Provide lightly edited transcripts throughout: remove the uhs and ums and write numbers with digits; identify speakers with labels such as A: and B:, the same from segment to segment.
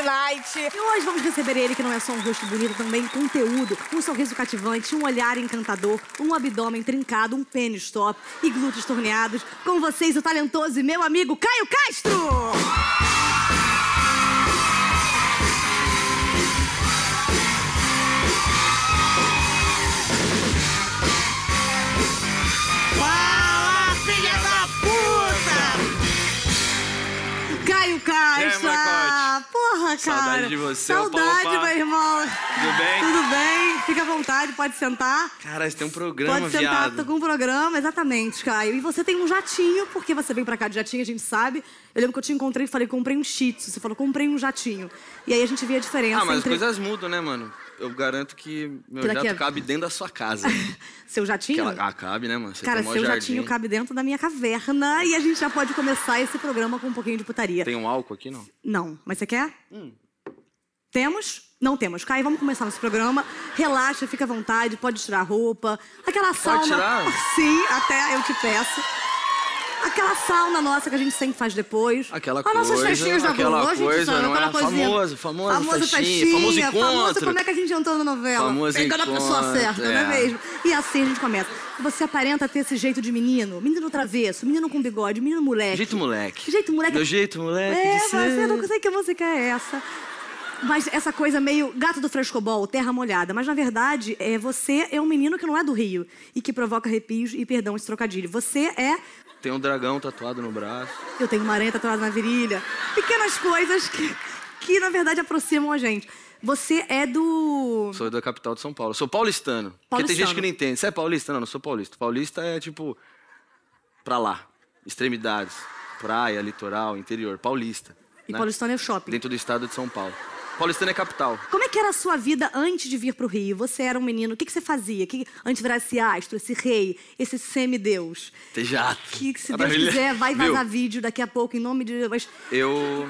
A: Night.
B: E hoje vamos receber ele, que não é só um rosto bonito, também conteúdo, um sorriso cativante, um olhar encantador, um abdômen trincado, um pênis top e glúteos torneados. Com vocês, o talentoso e meu amigo Caio Castro! Caio Castro! Porra, cara!
C: Saudade de você,
B: Saudade, meu irmão!
C: Tudo bem?
B: Tudo bem? Fica à vontade, pode sentar.
C: Cara, você tem um programa,
B: Pode sentar,
C: viado.
B: tô com um programa, exatamente, Caio. E você tem um jatinho, porque você veio pra cá de jatinho, a gente sabe. Eu lembro que eu te encontrei e falei, comprei um Shih Tzu. Você falou, comprei um jatinho. E aí a gente vê a diferença
C: Mas
B: entre...
C: as coisas mudam, né, mano? Eu garanto que meu
B: Que daqui
C: jato
B: a-
C: cabe dentro da sua casa.
B: Seu jatinho?
C: Cabe, né, mano? Você
B: Cara,
C: tem um
B: seu
C: jardim.
B: jatinho cabe dentro da minha caverna e a gente já pode começar esse programa com um pouquinho de putaria.
C: Tem um álcool aqui, não?
B: Não, mas você quer? Temos? Não temos. Caio, vamos começar nosso programa. Relaxa, fica à vontade, pode tirar a roupa. Aquela sauna...
C: tirar?
B: Sim, até eu te peço. Aquela sauna nossa que a gente sempre faz depois.
C: Aquela
B: As nossas
C: coisa,
B: festinhas da
C: aquela
B: Globo, a gente
C: coisa,
B: chama,
C: não
B: aquela
C: é?
B: coisinha.
C: Famoso festinha, famoso encontro.
B: Como é que a gente entrou na novela?
C: Famoso
B: Pegando a pessoa
C: encontro,
B: certa, não é mesmo? E assim a gente começa. Você aparenta ter esse jeito de menino. Menino travesso, menino com bigode, menino moleque.
C: Jeito moleque.
B: Jeito moleque.
C: Meu jeito moleque de
B: Você
C: ser.
B: não sei que música é essa. Mas essa coisa meio gato do frescobol, terra molhada. Mas, na verdade, você é um menino que não é do Rio. E que provoca arrepios e, perdão, esse trocadilho. Você é...
C: Tem um dragão tatuado no braço.
B: Eu tenho uma aranha tatuada na virilha. Pequenas coisas que, na verdade, aproximam a gente. Você é do...
C: Sou da capital de São Paulo. Sou paulistano. Porque tem gente
B: Paulistano.
C: que não entende. Você é paulista? Não, não sou paulista. Paulista é, tipo, pra lá. Extremidades. Praia, litoral, interior. Paulista.
B: E
C: né?
B: paulistano é o shopping.
C: Dentro do estado de São Paulo. Paulistano é capital.
B: Como é que era a sua vida antes de vir pro Rio? Você era um menino, o que você fazia? Antes de virar esse astro, esse rei, esse semideus?
C: Ter jato.
B: Que se Deus
C: Maravilha.
B: quiser, vai
C: Viu?
B: vazar vídeo daqui a pouco, em nome de Deus.
C: Eu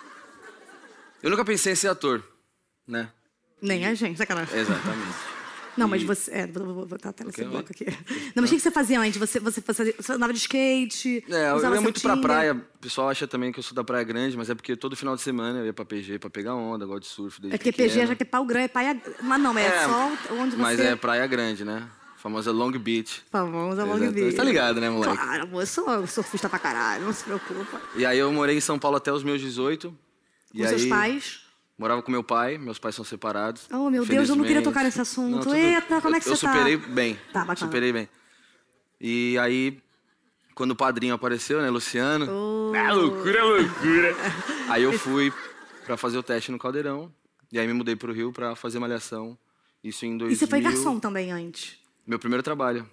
C: nunca pensei em ser ator, né?
B: Nem a gente, sacanagem.
C: Exatamente.
B: Não, mas você... vou botar até nesse
C: Ok,
B: bloco aqui. Não, mas o que você fazia antes? Você andava de skate?
C: Eu
B: usava
C: ia muito pra
B: Tinder?
C: praia. O pessoal acha também que eu sou da Praia Grande, mas é porque todo final de semana eu ia pra PG pra pegar onda, gosto de surf desde
B: É porque
C: pequeno.
B: PG já que é pau grande, é paia... Mas não, é só onde você...
C: Mas é Praia Grande, né? Famosa Long Beach.
B: Famosa Long
C: Exato.
B: Beach.
C: Tá ligado, né, moleque?
B: Claro, amor, eu sou surfista pra caralho, não se preocupa.
C: E aí eu morei em São Paulo até os meus 18.
B: Com seus pais?
C: Morava com meu pai, meus pais são separados.
B: Oh, meu Deus, eu não queria
C: felizmente.
B: tocar nesse assunto.
C: Não, tudo-
B: Eita, como é que
C: eu
B: você tá?
C: superei bem.
B: Tá, bacana.
C: Superei bem. E aí, quando o padrinho apareceu, né, Luciano... loucura! Aí eu fui pra fazer o teste no Caldeirão. E aí me mudei pro Rio pra fazer Malhação. Isso em 2000...
B: E você foi garçom também antes?
C: Meu primeiro trabalho.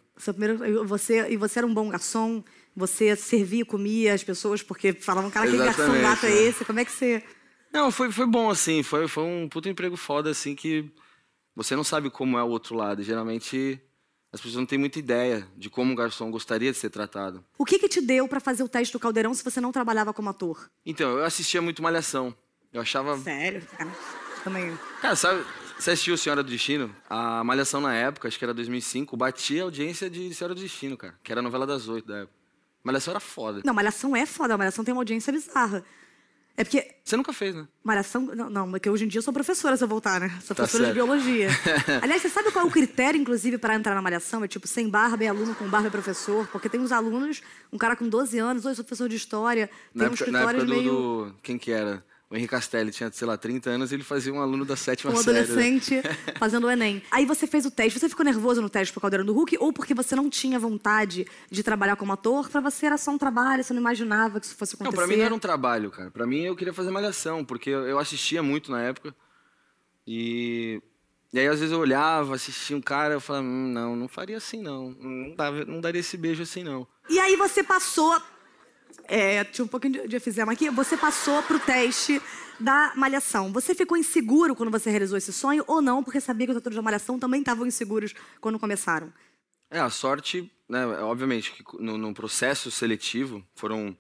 B: Você era um bom garçom? Você servia, comia as pessoas porque falavam, cara, que garçom
C: Exatamente,
B: gato é
C: é.
B: esse? Como é que você...
C: Não, foi bom, assim. Foi um puto emprego foda, assim, que você não sabe como é o outro lado. E, geralmente, as pessoas não têm muita ideia de como um garçom gostaria de ser tratado.
B: O que te deu pra fazer o teste do Caldeirão se você não trabalhava como ator?
C: Então, eu assistia muito Malhação. Eu achava...
B: Sério? Cara, também...
C: Cara, sabe... Você assistiu Senhora do Destino? A Malhação, na época, acho que era 2005, batia a audiência de Senhora do Destino, cara. Que era a novela das 8 da época. Malhação era foda.
B: Não, Malhação é foda. Malhação tem uma audiência bizarra. É porque...
C: Você nunca fez, né?
B: Malhação... Não, porque hoje em dia eu sou professora, se eu voltar, né? Sou
C: Tá
B: professora de
C: certo.
B: biologia. Aliás, você sabe qual é o critério, inclusive, para entrar na Malhação? É tipo, sem barba é aluno, com barba é professor. Porque tem uns alunos, um cara com 12 anos, eu sou professor de história, tem uns
C: Na
B: escritórios
C: época
B: meio...
C: do... Quem que era? O Henrique Castelli tinha, sei lá, 30 anos e ele fazia um aluno da 7ª
B: Um
C: série. né?
B: adolescente fazendo o Enem. Aí você fez o teste. Você ficou nervoso no teste pro Caldeirão do Hulk? Ou porque você não tinha vontade de trabalhar como ator? Pra você era só um trabalho, você não imaginava que isso fosse acontecer?
C: Não, pra mim não era um trabalho, cara. Pra mim eu queria fazer Malhação, porque eu assistia muito na época. E aí às vezes eu olhava, assistia um cara, eu falava, não faria assim não. Não daria esse beijo assim não.
B: E aí você passou... tinha um pouquinho de efizema aqui. Você passou pro teste da Malhação. Você ficou inseguro quando você realizou esse sonho ou não? Porque sabia que os atores da Malhação também estavam inseguros quando começaram.
C: A sorte, né, obviamente, que no processo seletivo foram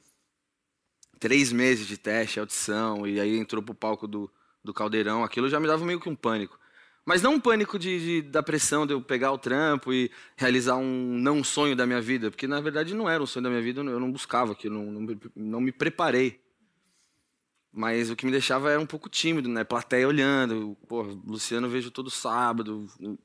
C: 3 meses de teste, audição, e aí entrou pro palco do Caldeirão. Aquilo já me dava meio que um pânico. Mas não um pânico da pressão de eu pegar o trampo e realizar um não sonho da minha vida. Porque, na verdade, não era um sonho da minha vida, eu não buscava aquilo, não me preparei. Mas o que me deixava era um pouco tímido, né? Plateia olhando. Pô, Luciano eu vejo todo sábado.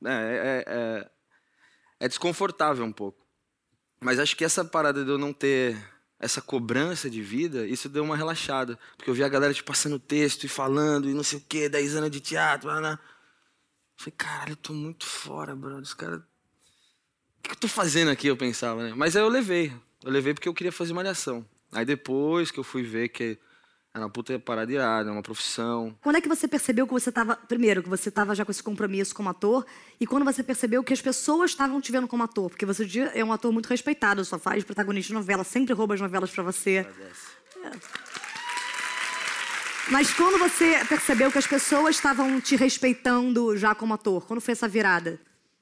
C: É desconfortável um pouco. Mas acho que essa parada de eu não ter essa cobrança de vida, isso deu uma relaxada. Porque eu vi a galera tipo, passando texto e falando e não sei o quê, 10 anos de teatro. Blá, blá. Falei, caralho, eu tô muito fora, brother. Os caras... O que eu tô fazendo aqui, eu pensava, né? Mas aí eu levei. Eu levei porque eu queria fazer malhação. Aí depois que eu fui ver que era uma puta parada irada, uma profissão.
B: Quando é que você percebeu que você estava... Primeiro, que você estava já com esse compromisso como ator. E quando você percebeu que as pessoas estavam te vendo como ator. Porque você é um ator muito respeitado, só faz protagonista de novela, sempre rouba as novelas pra você. Mas quando você percebeu que as pessoas estavam te respeitando já como ator? Quando foi essa virada?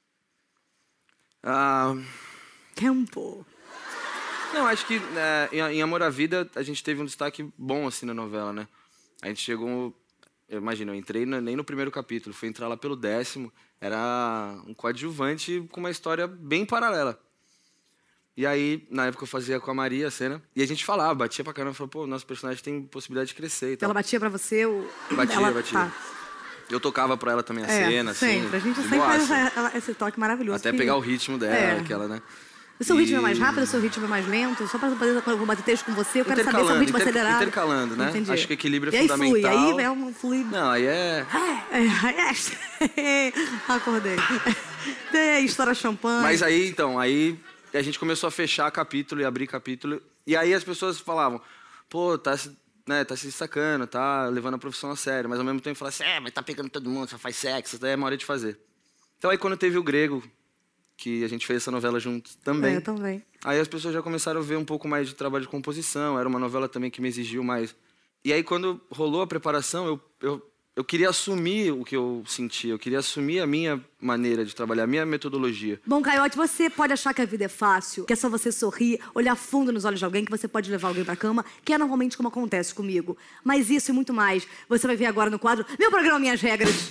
B: Tempo.
C: Não, acho que em Amor à Vida a gente teve um destaque bom assim na novela, né? A gente chegou... Imagina, eu entrei nem no primeiro capítulo, fui entrar lá pelo 10º. Era um coadjuvante com uma história bem paralela. E aí, na época eu fazia com a Maria a cena. E a gente falava, batia pra caramba. Falava, pô, nosso personagem tem possibilidade de crescer e tal.
B: Ela batia pra você?
C: Batia.
B: Tá.
C: Eu tocava pra ela também a cena,
B: sempre.
C: assim.
B: A gente sempre faz esse toque maravilhoso.
C: Até pegar o ritmo dela, aquela, né?
B: O seu ritmo é mais rápido, o seu ritmo é mais lento? Só pra poder bater texto com você, eu quero saber se é um ritmo acelerado.
C: Intercalando, né?
B: Entendi.
C: Acho que equilíbrio é
B: e aí
C: fundamental.
B: Flui, aí é um flui.
C: Não, aí
B: Acordei. Estoura champanhe.
C: Mas aí, então, aí a gente começou a fechar capítulo e abrir capítulo. E aí as pessoas falavam, pô, tá se destacando, tá levando a profissão a sério. Mas ao mesmo tempo falavam assim, mas tá pegando todo mundo, só faz sexo, daí é uma hora de fazer. Então aí quando teve o Grego, que a gente fez essa novela juntos também.
B: Eu também.
C: Aí as pessoas já começaram a ver um pouco mais de trabalho de composição. Era uma novela também que me exigiu mais. E aí quando rolou a preparação, eu queria assumir o que eu sentia. Eu queria assumir a minha maneira de trabalhar, a minha metodologia.
B: Bom, Caiote, você pode achar que a vida é fácil, que é só você sorrir, olhar fundo nos olhos de alguém, que você pode levar alguém pra cama, que é normalmente como acontece comigo. Mas isso e muito mais, você vai ver agora no quadro Meu Programa, Minhas Regras.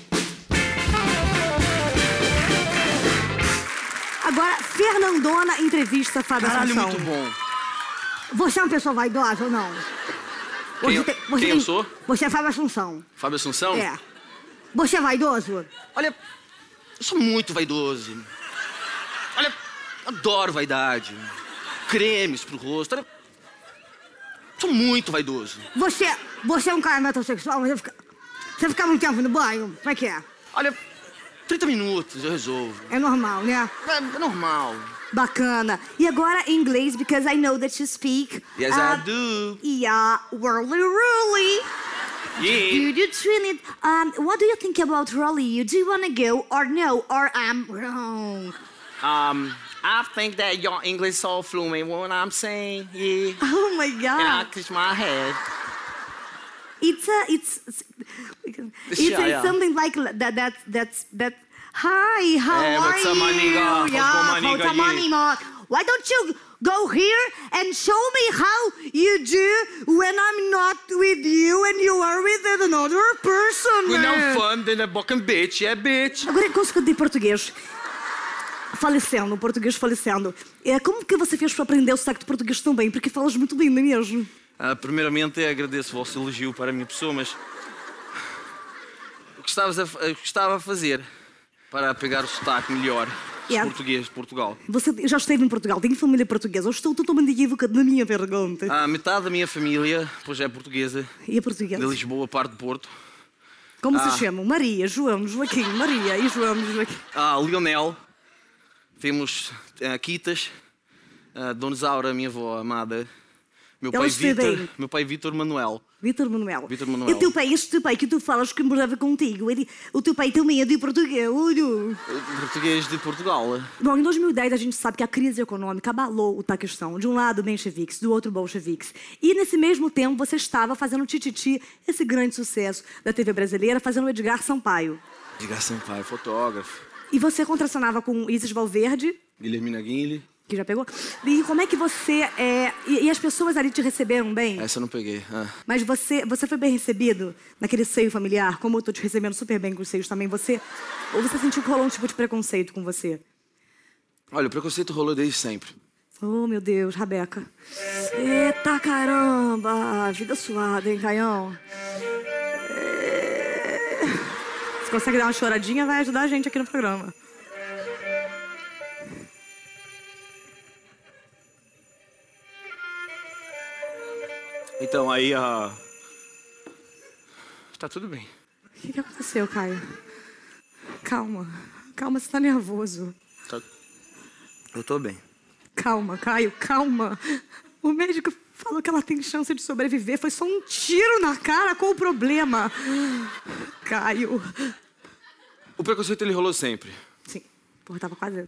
B: Agora, Fernandona entrevista Fábio Assunção.
C: Caralho, muito bom.
B: Você é uma pessoa vaidosa ou não?
C: Quem eu sou?
B: Você é Fábio Assunção.
C: Fábio Assunção?
B: É. Você é vaidoso?
C: Olha, eu sou muito vaidoso. Olha, adoro vaidade. Cremes pro rosto. Olha, sou muito vaidoso.
B: Você é um cara metrosexual, mas você fica muito tempo no banho? Como é que é?
C: Olha, 30 minutos eu resolvo.
B: É normal, né?
C: É normal.
B: Bacana. E agora em inglês, because I know that you speak.
C: Yes, I do.
B: Yeah, really.
C: Yeah.
B: You train it. What do you think about Rolly? Do you want to go or no? Or I'm wrong?
C: I think that your English is so fluent. What I'm saying, yeah.
B: Oh my God.
C: And I kiss my head.
B: It's something like that. Hi, how are
C: what's up, my
B: you?
C: nigga?
B: What's up, my nigga? Why don't you go here and show me how you do when I'm not with you and you are with another person?
C: We're no fun than a fucking bitch, yeah, bitch.
B: Agora, conseguiu de português. Falecendo, o português falecendo. Como que você fez para aprender o sotaque de português tão bem? Porque falas muito bem, não é mesmo?
C: Primeiramente, agradeço o vosso elogio para a minha pessoa, mas... O que estava a fazer para pegar o sotaque melhor português de Portugal?
B: Você já esteve em Portugal, tem família portuguesa. Eu estou totalmente equivocado na minha pergunta.
C: Metade da minha família, pois é portuguesa.
B: E a portuguesa?
C: De Lisboa, parte de Porto.
B: Como se chamam? Maria, João, Joaquim, Maria e João, Joaquim.
C: Lionel. Temos Quitas. Dona Isaura, minha avó amada. Meu pai Vítor Manuel.
B: Vítor Manuel.
C: Vítor Manuel.
B: E este teu pai que tu falas que morava contigo, o teu pai também é de Portugal.
C: Português de Portugal.
B: Bom, em 2010 a gente sabe que a crise econômica abalou a questão. De um lado, mencheviques, do outro, bolcheviques. E nesse mesmo tempo você estava fazendo Tititi, esse grande sucesso da TV brasileira, fazendo o Edgar Sampaio.
C: Edgar Sampaio, fotógrafo.
B: E você contracenava com Isis Valverde.
C: Guilhermina Guinle.
B: Que já pegou? E como é que você... E as pessoas ali te receberam bem?
C: Essa eu não peguei.
B: Mas você foi bem recebido naquele seio familiar? Como eu tô te recebendo super bem com os seios também, ou você sentiu que rolou um tipo de preconceito com você?
C: Olha, o preconceito rolou desde sempre.
B: Oh, meu Deus, Rabeca. Eita, caramba. Vida suada, hein, Caião? Se consegue dar uma choradinha, vai ajudar a gente aqui no programa.
C: Então, aí a... Tá tudo bem.
B: O que aconteceu, Caio? Calma. Calma, você tá nervoso.
C: Eu tô bem.
B: Calma, Caio, calma. O médico falou que ela tem chance de sobreviver. Foi só um tiro na cara. Qual o problema? Caio.
C: O preconceito, ele rolou sempre.
B: Sim. Porra, tava quase...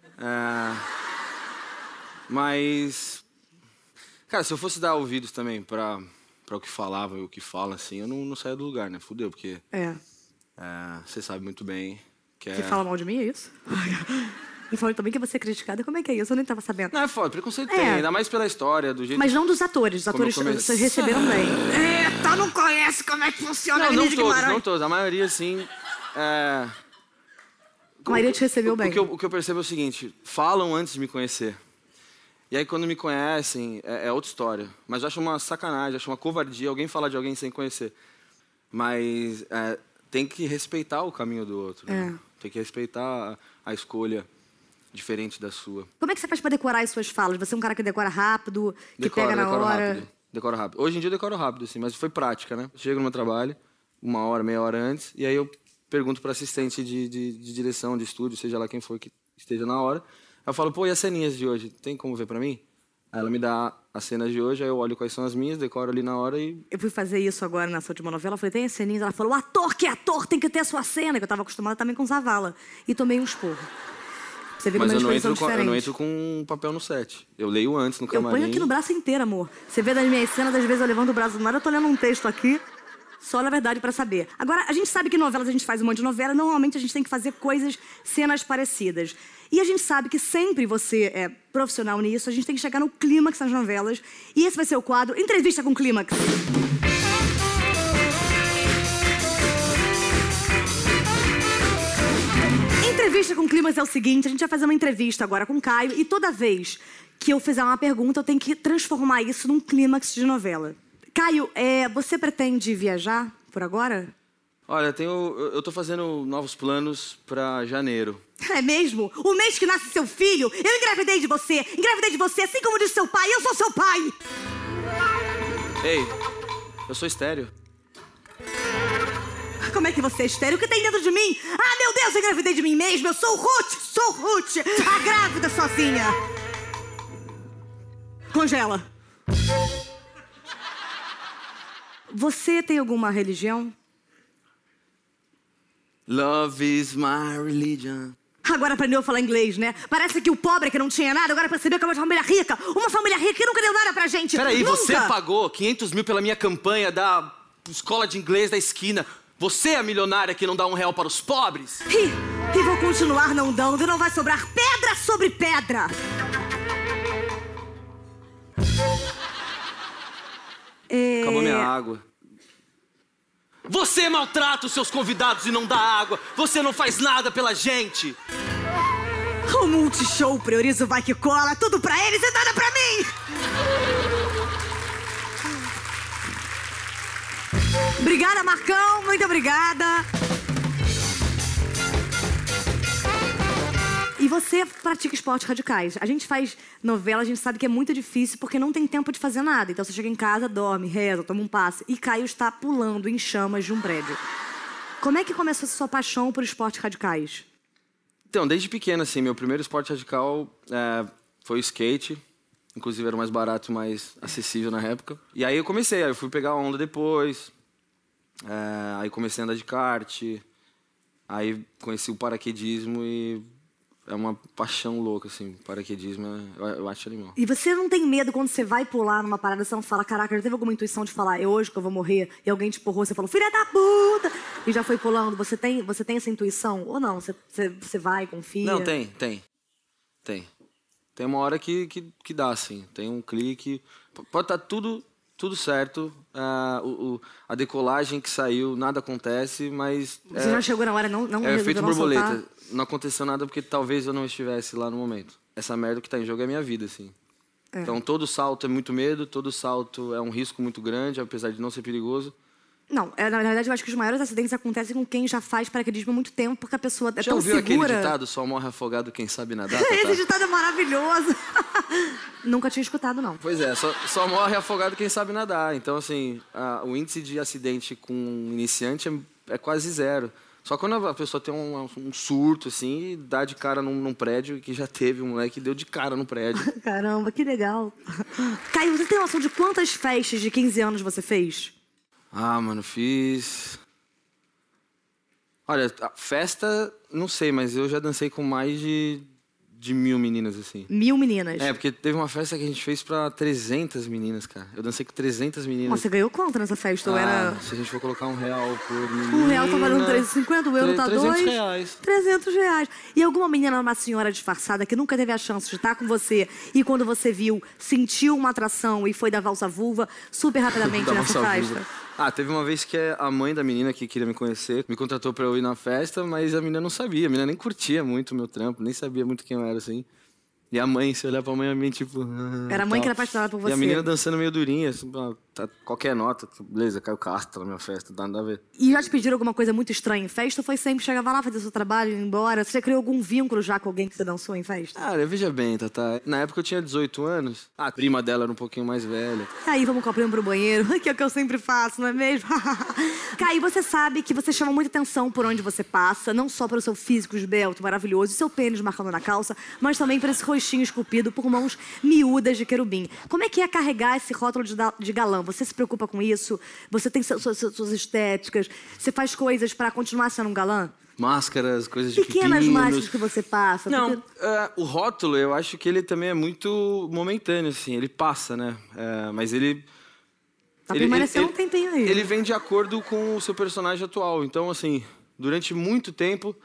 C: Mas... Cara, se eu fosse dar ouvidos também pra o que falava e o que fala, assim, eu não saía do lugar, né? Fudeu, porque... Você sabe muito bem que é...
B: Que fala mal de mim, é isso? E falou também que você é criticada. Como é que é isso? Eu nem tava sabendo.
C: Não, é foda. Preconceito tem, ainda mais pela história, do jeito...
B: Mas não dos atores. Os atores vocês receberam bem. Eita, não conhece como é que funciona a Avenida de Guimarães.
C: Não todos. A maioria, sim...
B: A maioria te recebeu bem.
C: O que eu percebo é o seguinte. Falam antes de me conhecer. E aí, quando me conhecem, é outra história. Mas eu acho uma sacanagem, acho uma covardia alguém falar de alguém sem conhecer. Mas tem que respeitar o caminho do outro. Né? Tem que respeitar a escolha diferente da sua.
B: Como é que você faz pra decorar as suas falas? Você é um cara que decora rápido, que pega na hora?
C: Decoro rápido. Hoje em dia eu decoro rápido, assim, mas foi prática, né? Chego no meu trabalho, 1 hora, meia hora antes, e aí eu pergunto para assistente de direção, de estúdio, seja lá quem for que esteja na hora. Eu falo, pô, e as ceninhas de hoje? Tem como ver para mim? Aí ela me dá as cenas de hoje, aí eu olho quais são as minhas, decoro ali na hora e... Eu
B: fui fazer isso agora nessa última novela, eu falei, tem as ceninhas? Ela falou, o ator que é ator tem que ter a sua cena, que eu tava acostumada também com Zavala. E tomei um esporro. Você vê. Mas eu
C: não entro com um papel no set. Eu leio antes no camarim.
B: Eu ponho aqui no braço inteiro, amor. Você vê das minhas cenas, às vezes eu levanto o braço do nada, eu tô lendo um texto aqui, só na verdade pra saber. Agora, a gente sabe que novelas a gente faz um monte de novela, normalmente a gente tem que fazer cenas parecidas. E a gente sabe que sempre você é profissional nisso, a gente tem que chegar no clímax das novelas. E esse vai ser o quadro Entrevista com Clímax. Entrevista com Clímax é o seguinte, a gente vai fazer uma entrevista agora com o Caio e toda vez que eu fizer uma pergunta, eu tenho que transformar isso num clímax de novela. Caio, você pretende viajar por agora?
C: Olha, eu tô fazendo novos planos pra janeiro.
B: É mesmo? O mês que nasce seu filho, eu engravidei de você, assim como disse seu pai, eu sou seu pai!
C: Ei, eu sou estéreo.
B: Como é que você é estéreo? O que tem dentro de mim? Ah, meu Deus, eu engravidei de mim mesmo, eu sou Ruth, a grávida sozinha. Congela. Você tem alguma religião?
C: Love is my religion.
B: Agora aprendeu a falar inglês, né? Parece que o pobre que não tinha nada, agora percebeu que é uma família rica. Uma família rica que nunca deu nada pra gente.
C: Peraí,
B: nunca.
C: Você pagou 500 mil pela minha campanha da escola de inglês da esquina. Você é a milionária que não dá R$1 para os pobres?
B: E vou continuar não dando, e não vai sobrar pedra sobre pedra.
C: Acabou minha água. Você maltrata os seus convidados e não dá água. Você não faz nada pela gente.
B: O Multishow prioriza o vai que cola, tudo pra eles e nada pra mim. Obrigada, Marcão, muito obrigada. E você pratica esportes radicais. A gente faz novela, a gente sabe que é muito difícil porque não tem tempo de fazer nada. Então você chega em casa, dorme, reza, toma um passe. E Caio está pulando em chamas de um prédio. Como é que começou a sua paixão por esportes radicais?
C: Então, desde pequeno, assim, meu primeiro esporte radical foi o skate. Inclusive era o mais barato, mais acessível na época. E aí aí eu fui pegar onda depois. Aí comecei a andar de kart. Aí conheci o paraquedismo e... É uma paixão louca, assim, paraquedismo, eu acho animal.
B: E você não tem medo quando você vai pular numa parada, você não fala, caraca, já teve alguma intuição de falar, é hoje que eu vou morrer, e alguém te empurrou, você falou, filha da puta, e já foi pulando, você tem essa intuição? Ou não, você vai, confia?
C: Não, tem. Tem uma hora que dá, assim, tem um clique, pode estar tudo certo, a decolagem que saiu, nada acontece, mas...
B: Você já chegou na hora, não
C: é efeito borboleta.
B: Soltar?
C: Não aconteceu nada porque talvez eu não estivesse lá no momento. Essa merda que tá em jogo é a minha vida, assim. Então, todo salto é muito medo, todo salto é um risco muito grande, apesar de não ser perigoso.
B: Não, na verdade, eu acho que os maiores acidentes acontecem com quem já faz paraquedismo há muito tempo, porque a pessoa é
C: Já
B: tão
C: ouviu
B: segura...
C: aquele ditado, só morre afogado quem sabe nadar?
B: Esse ditado é maravilhoso. Nunca tinha escutado, não.
C: Pois é, só morre afogado quem sabe nadar. Então, assim, o índice de acidente com iniciante é quase zero. Só quando a pessoa tem um surto, assim, e dá de cara num prédio, que já teve um moleque que deu de cara no prédio.
B: Caramba, que legal. Caio, você tem noção de quantas festas de 15 anos você fez?
C: Ah, mano, fiz... Olha, a festa, não sei, mas eu já dancei com mais de 1000 meninas, assim.
B: 1000 meninas?
C: É, porque teve uma festa que a gente fez pra 300 meninas, cara. Eu dancei com 300 meninas.
B: Nossa, você ganhou quanto nessa festa? Ou era...
C: Se a gente for colocar R$1 por menina...
B: R$1 tá valendo 350, o euro tá 2...
C: R$300.
B: R$300. E alguma menina, uma senhora disfarçada, que nunca teve a chance de estar com você, e quando você viu, sentiu uma atração e foi da valsa vulva super rapidamente nessa festa?
C: Teve uma vez que a mãe da menina que queria me conhecer me contratou pra eu ir na festa, mas a menina não sabia. A menina nem curtia muito o meu trampo, nem sabia muito quem eu era, assim. E a mãe, se olhar pra mãe, a mãe, tipo...
B: Era a mãe que era apaixonada por você.
C: E a menina dançando meio durinha, assim, qualquer nota. Beleza, caiu Castro na minha festa, dá nada a ver.
B: E já te pediram alguma coisa muito estranha em festa? Ou foi sempre, chegava lá, fazia seu trabalho e ia embora? Você criou algum vínculo já com alguém que você dançou em festa?
C: Veja bem, Tatá. Na época eu tinha 18 anos. A prima dela era um pouquinho mais velha.
B: Aí, vamos copinho pro banheiro, que é o que eu sempre faço, não é mesmo? Caio, você sabe que você chama muita atenção por onde você passa, não só pelo seu físico esbelto, maravilhoso, e seu pênis marcando na calça, mas também por esse rostinho esculpido por mãos miúdas de querubim. Como é que é carregar esse rótulo de galã? Você se preocupa com isso? Você tem suas estéticas? Você faz coisas pra continuar sendo um galã?
C: Máscaras, coisas de
B: pequenas máscaras que você passa?
C: Não, o rótulo, eu acho que ele também é muito momentâneo, assim. Ele passa, né? Mas ele...
B: Tá permanecendo um tempinho aí.
C: Ele vem de acordo com o seu personagem atual. Então, assim, durante muito tempo,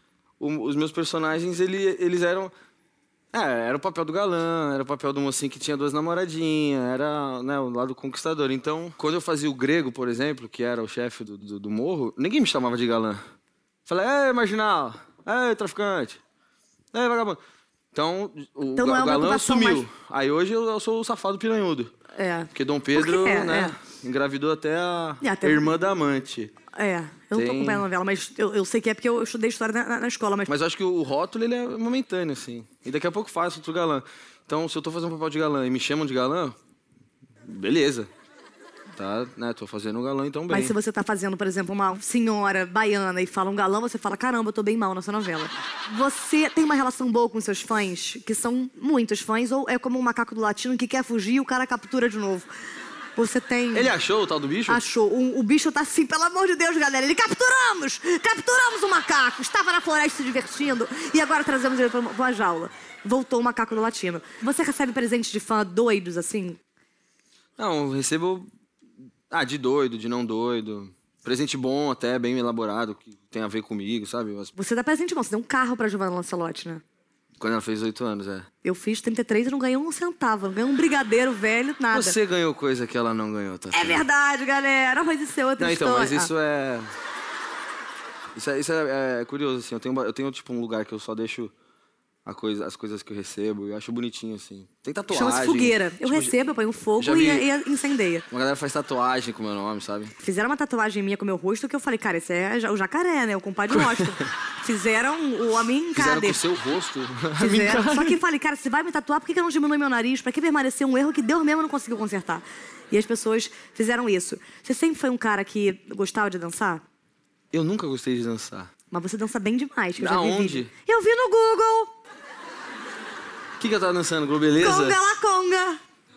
C: os meus personagens, eles eram... era o papel do galã, era o papel do mocinho que tinha 2 namoradinhas, era, né, o lado conquistador. Então, quando eu fazia o Grego, por exemplo, que era o chefe do morro, ninguém me chamava de galã. Falei, marginal, traficante, vagabundo. Então, o galã sumiu. Aí hoje eu sou o safado piranhudo. Porque Dom Pedro, engravidou até a irmã da amante.
B: Eu não tô acompanhando a novela, mas eu sei que é porque eu estudei história na escola. Mas
C: eu acho que o rótulo, ele é momentâneo, assim. E daqui a pouco faço outro galã. Então, se eu tô fazendo um papel de galã e me chamam de galã, beleza. Tá, né? Tô fazendo um galã, então bem.
B: Mas se você tá fazendo, por exemplo, uma senhora baiana e fala um galã, você fala, caramba, eu tô bem mal nessa novela. Você tem uma relação boa com seus fãs, que são muitos fãs, ou é como um macaco do latino que quer fugir e o cara captura de novo? Você tem...
C: Ele achou o tal do bicho?
B: Achou. O bicho tá assim, pelo amor de Deus, galera. Ele capturamos o macaco. Estava na floresta se divertindo e agora trazemos ele pra uma jaula. Voltou o macaco do latino. Você recebe presentes de fã doidos, assim?
C: Não, eu recebo... de doido, de não doido. Presente bom até, bem elaborado, que tem a ver comigo, sabe?
B: Você dá presente bom. Você deu um carro pra Giovanna Lancelotti, né?
C: Quando ela fez 8 anos,
B: Eu fiz 33 e não ganhei um centavo. Não ganhei um brigadeiro velho, nada.
C: Você ganhou coisa que ela não ganhou, tá?
B: É verdade, galera. Mas isso é outra história.
C: Mas isso é... Isso é curioso, assim. Eu tenho, tipo, um lugar que eu só deixo as coisas que eu recebo. Eu acho bonitinho, assim. Tem tatuagem.
B: Chama-se fogueira. Eu recebo, eu ponho fogo e incendeia.
C: Uma galera faz tatuagem com o meu nome, sabe?
B: Fizeram uma tatuagem minha com o meu rosto que eu falei, cara, esse é o jacaré, né? O compadre Washington. Fizeram o homem
C: Fizeram com o seu rosto?
B: Fizeram. Só que falei, cara, se vai me tatuar, por que eu não diminui meu nariz? Pra que permanecer um erro que Deus mesmo não conseguiu consertar? E as pessoas fizeram isso. Você sempre foi um cara que gostava de dançar?
C: Eu nunca gostei de dançar.
B: Mas você dança bem demais. Que eu já vi
C: Aonde?
B: vídeo. Eu vi no Google.
C: O que eu tava dançando? Globeleza?
B: Conga la conga.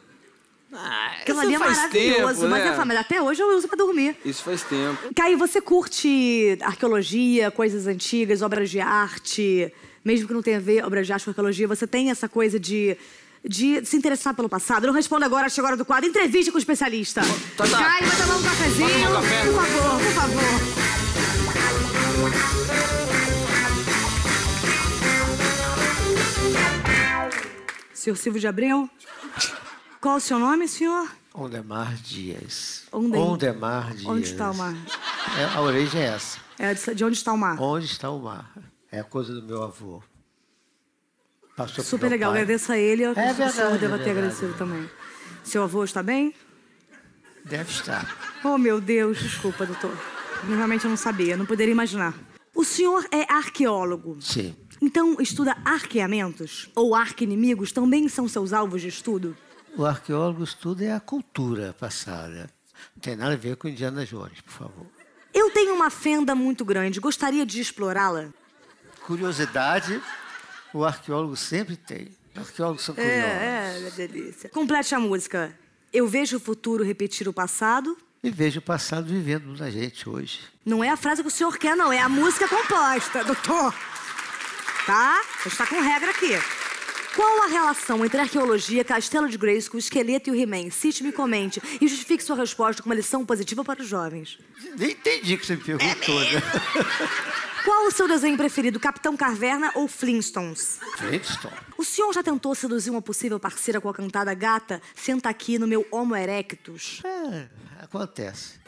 B: Aquilo ali é maravilhoso.
C: Tempo, né?
B: Mas até hoje eu uso pra dormir.
C: Isso faz tempo.
B: Caio, você curte arqueologia, coisas antigas, obras de arte? Mesmo que não tenha a ver obras de arte com arqueologia, você tem essa coisa de se interessar pelo passado? Eu não respondo agora, chega a hora do quadro. Entrevista com o especialista.
C: Tá.
B: Caio, vai tomar um cafezinho.
C: Vai tomar um café?
B: Por favor. Senhor Silvio de Abreu? Qual o seu nome, senhor?
A: Ondemar Dias.
B: Ondemar
A: Dias.
B: Onde está o mar?
A: A origem é essa.
B: De onde está o mar?
A: Onde está o mar? É a coisa do meu avô. Passou pro
B: Super
A: meu
B: legal,
A: pai.
B: agradeço a ele. Eu acredito que o senhor
A: verdade,
B: deva
A: é
B: ter
A: verdade.
B: agradecido também. Seu avô está bem?
A: Deve estar.
B: Oh, meu Deus, desculpa, doutor. Realmente eu não sabia, não poderia imaginar. O senhor é arqueólogo.
A: Sim.
B: Então, estuda arqueamentos? Ou arqui-inimigos também são seus alvos de estudo?
A: O arqueólogo estuda a cultura passada. Não tem nada a ver com Indiana Jones, por favor.
B: Eu tenho uma fenda muito grande, gostaria de explorá-la?
A: Curiosidade, o arqueólogo sempre tem. Arqueólogos são curiosos.
B: É delícia. Complete a música. Eu vejo o futuro repetir o passado.
A: E vejo o passado vivendo na gente hoje.
B: Não é a frase que o senhor quer, não. É a música composta, doutor. Tá? Você está com regra aqui. Qual a relação entre a arqueologia, Castelo de Grayskull, o esqueleto e o He-Man? Cite-me e comente. E justifique sua resposta com uma lição positiva para os jovens.
A: Nem entendi o que você me perguntou, né?
B: Qual o seu desenho preferido, Capitão Caverna ou Flintstones?
A: Flintstone.
B: O senhor já tentou seduzir uma possível parceira com a cantada gata Senta aqui no meu Homo erectus?
A: Acontece.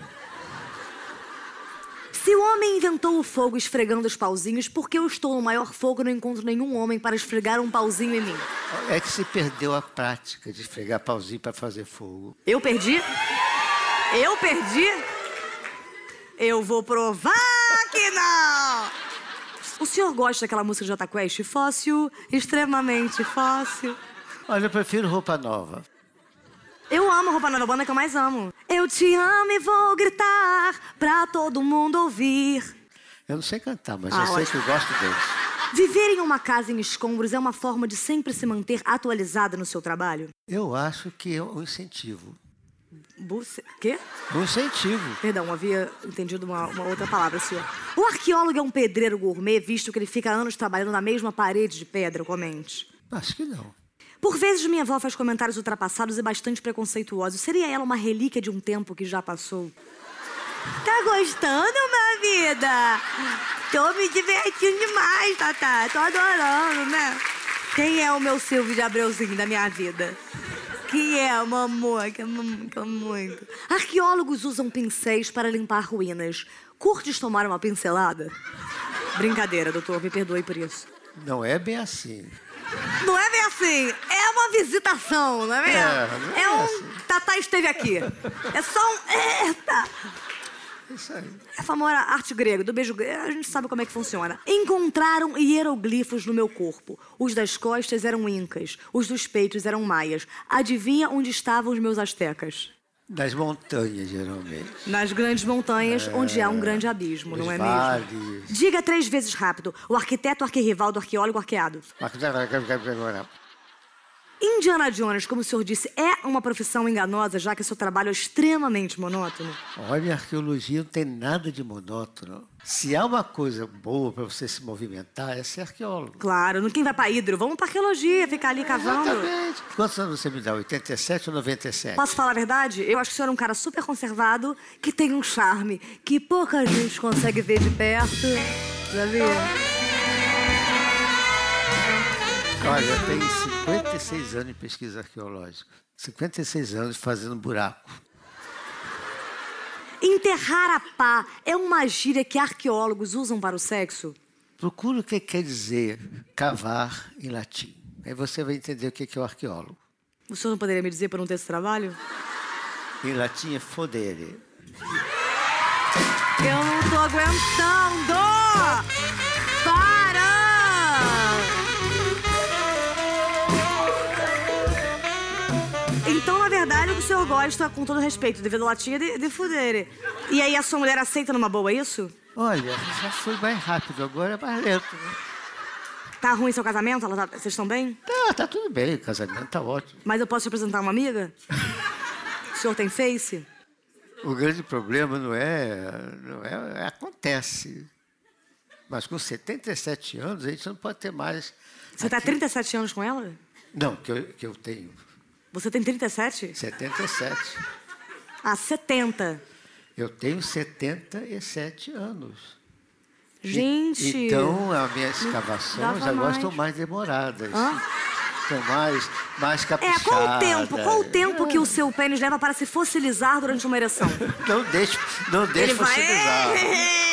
B: Se o homem inventou o fogo esfregando os pauzinhos, por que eu estou no maior fogo e não encontro nenhum homem para esfregar um pauzinho em mim?
A: É que se perdeu a prática de esfregar pauzinho para fazer fogo.
B: Eu perdi? Eu perdi? Eu vou provar que não! O senhor gosta daquela música de Jota Quest? Fóssil, extremamente fóssil.
A: Olha, eu prefiro roupa nova.
B: Eu amo Roupa Nova, a banda que eu mais amo. Eu te amo e vou gritar pra todo mundo ouvir.
A: Eu não sei cantar, mas eu sei que eu gosto deles.
B: Viver em uma casa em escombros é uma forma de sempre se manter atualizada no seu trabalho?
A: Eu acho que é um incentivo.
B: Quê?
A: Um incentivo.
B: Perdão, havia entendido uma outra palavra, senhor. O arqueólogo é um pedreiro gourmet, visto que ele fica anos trabalhando na mesma parede de pedra, comente.
A: Acho que não.
B: Por vezes minha avó faz comentários ultrapassados e bastante preconceituosos. Seria ela uma relíquia de um tempo que já passou? Tá gostando, minha vida? Tô me divertindo demais, Tatá. Tô adorando, né? Quem é o meu Silvio de Abreuzinho da minha vida? Quem é, meu amor? Que amo muito. Arqueólogos usam pincéis para limpar ruínas. Curtes tomar uma pincelada? Brincadeira, doutor. Me perdoe por isso.
A: Não é bem assim.
B: Não é bem assim. É uma visitação, não é mesmo?
A: não é assim.
B: Tatá esteve aqui. É só um... Eita!
A: Isso aí.
B: É a famosa arte grega, do beijo grego. A gente sabe como é que funciona. Encontraram hieroglifos no meu corpo. Os das costas eram incas. Os dos peitos eram maias. Adivinha onde estavam os meus astecas?
A: Nas montanhas, geralmente.
B: Nas grandes montanhas, onde há um grande abismo, não é mesmo?
A: Vales.
B: Diga 3 vezes rápido. O arquiteto, o arquirrival do arqueólogo, o arqueado. Indiana Jones, como o senhor disse, é uma profissão enganosa, já que seu trabalho é extremamente monótono?
A: Olha, a arqueologia não tem nada de monótono. Se há uma coisa boa para você se movimentar, é ser arqueólogo.
B: Claro, quem vai pra Hidro? Vamos pra arqueologia, ficar ali cavando.
A: Exatamente. Quantos anos você me dá? 87 ou 97?
B: Posso falar a verdade? Eu acho que o senhor é um cara super conservado, que tem um charme que pouca gente consegue ver de perto. Sabia?
A: Olha, eu tenho 56 anos de pesquisa arqueológica. 56 anos fazendo buraco.
B: Enterrar a pá é uma gíria que arqueólogos usam para o sexo?
A: Procura o que quer dizer cavar em latim. Aí você vai entender o que é o arqueólogo.
B: O senhor não poderia me dizer para não ter esse trabalho?
A: Em latim é fodere.
B: Eu não tô aguentando! Para! Então, na verdade, o que o senhor gosta, com todo respeito, devido ao latim, é de fudere. E aí a sua mulher aceita numa boa, é isso?
A: Olha, já foi mais rápido, agora é mais lento, né?
B: Tá ruim seu casamento? Vocês estão bem?
A: Tá tudo bem, o casamento tá ótimo.
B: Mas eu posso te apresentar uma amiga? O senhor tem face?
A: O grande problema não é acontece. Mas com 77 anos, a gente não pode ter mais...
B: Você tá há 37 anos com ela?
A: Não, que eu tenho.
B: Você tem 37?
A: 77.
B: Ah, 70.
A: Eu tenho 77 anos.
B: Gente...
A: Então, as minhas escavações
B: dava
A: agora
B: mais.
A: estão mais demoradas.
B: Hã?
A: Estão mais caprichadas.
B: Qual o tempo que o seu pênis leva para se fossilizar durante uma ereção?
A: Não deixe
B: Ele
A: fossilizar.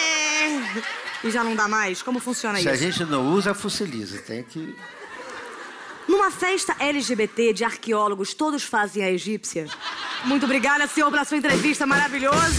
B: E já não dá mais? Como funciona
A: Se
B: isso?
A: a gente não usa, fossiliza. Tem que...
B: Numa festa LGBT de arqueólogos, todos fazem a egípcia. Muito obrigada, senhor, pela sua entrevista, maravilhoso.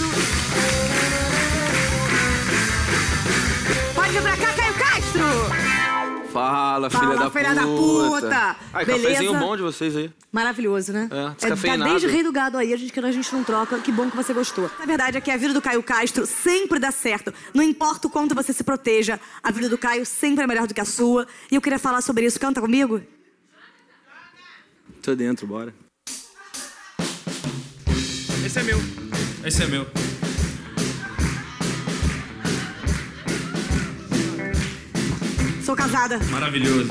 B: Pode vir pra cá, Caio Castro!
C: Fala, filha da puta. Ai,
B: beleza?
C: Cafezinho bom de vocês aí.
B: Maravilhoso, né?
C: Descafeinado.
B: Tá desde o Rei do Gado aí, a gente não troca. Que bom que você gostou. Na verdade é que a vida do Caio Castro sempre dá certo. Não importa o quanto você se proteja, a vida do Caio sempre é melhor do que a sua. E eu queria falar sobre isso. Canta comigo?
C: Tô dentro, bora.
D: Esse é meu. Esse é meu.
B: Sou casada.
D: Maravilhoso.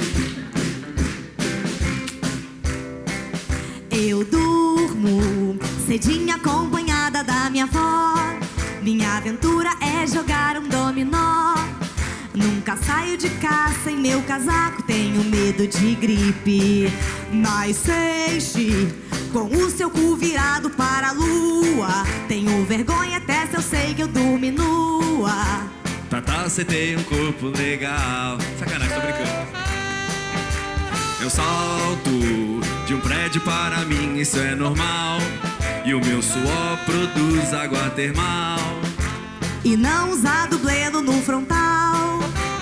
B: Eu durmo cedinho acompanhada da minha avó. Minha aventura é jogar um dominó. Nunca saio de casa sem meu casaco. Tenho medo de gripe. Mas seixi com o seu cu virado para a lua. Tenho vergonha até se eu sei que eu durmo nua.
D: Tata, você tem um corpo legal. Sacanagem, tô brincando. Eu salto de um prédio para mim, isso é normal. E o meu suor produz água termal.
B: E não usar dublê no frontal.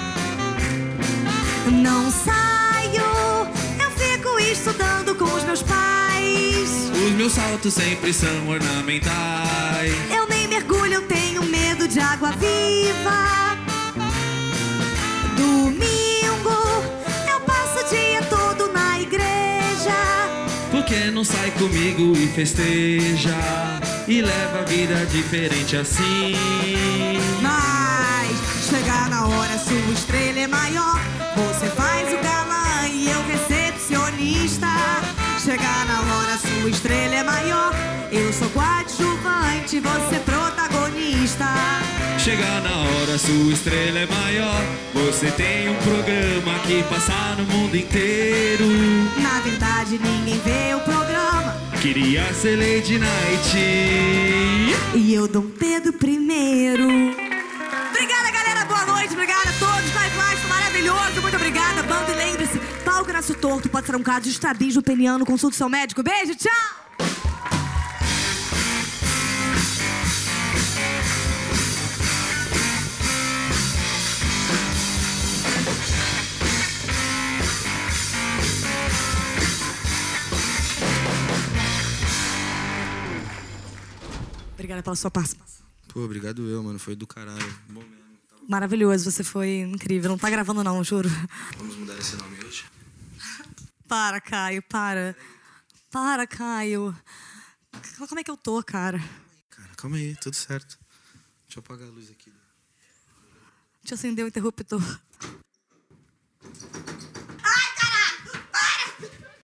B: Não saio, eu fico estudando com os meus pais.
D: Os meus saltos sempre são ornamentais.
B: Eu nem mergulho, eu tenho medo de água viva. Domingo, eu passo o dia todo na igreja.
D: Por que não sai comigo e festeja? E leva a vida diferente assim.
B: Mas chegar na hora, sua estrela é maior. Você faz o galã e eu recepcionista. Chegar na hora, sua estrela é maior. Eu sou coadjuvante, você protagonista.
D: Chegar na hora, sua estrela é maior. Você tem um programa que passa no mundo inteiro.
B: Na verdade, ninguém vê o programa.
D: Queria ser Lady Night.
B: E eu Dom Pedro I. Obrigada, galera. Boa noite. Obrigada a todos. Caio Castro, maravilhoso. Muito obrigada, banda. E lembre-se, pau que nasce torto pode ser um caso de estrabismo peniano. Consulte seu médico. Beijo, tchau. Obrigada pela sua participação.
C: Pô, obrigado eu, mano. Foi do caralho. Bom mesmo.
B: Maravilhoso, você foi incrível. Não tá gravando não, juro.
C: Vamos mudar esse nome hoje?
B: Para, Caio, para. Para, Caio. Como é que eu tô, cara?
C: Cara, calma aí, tudo certo. Deixa eu apagar a luz aqui.
B: Deixa eu acender o interruptor.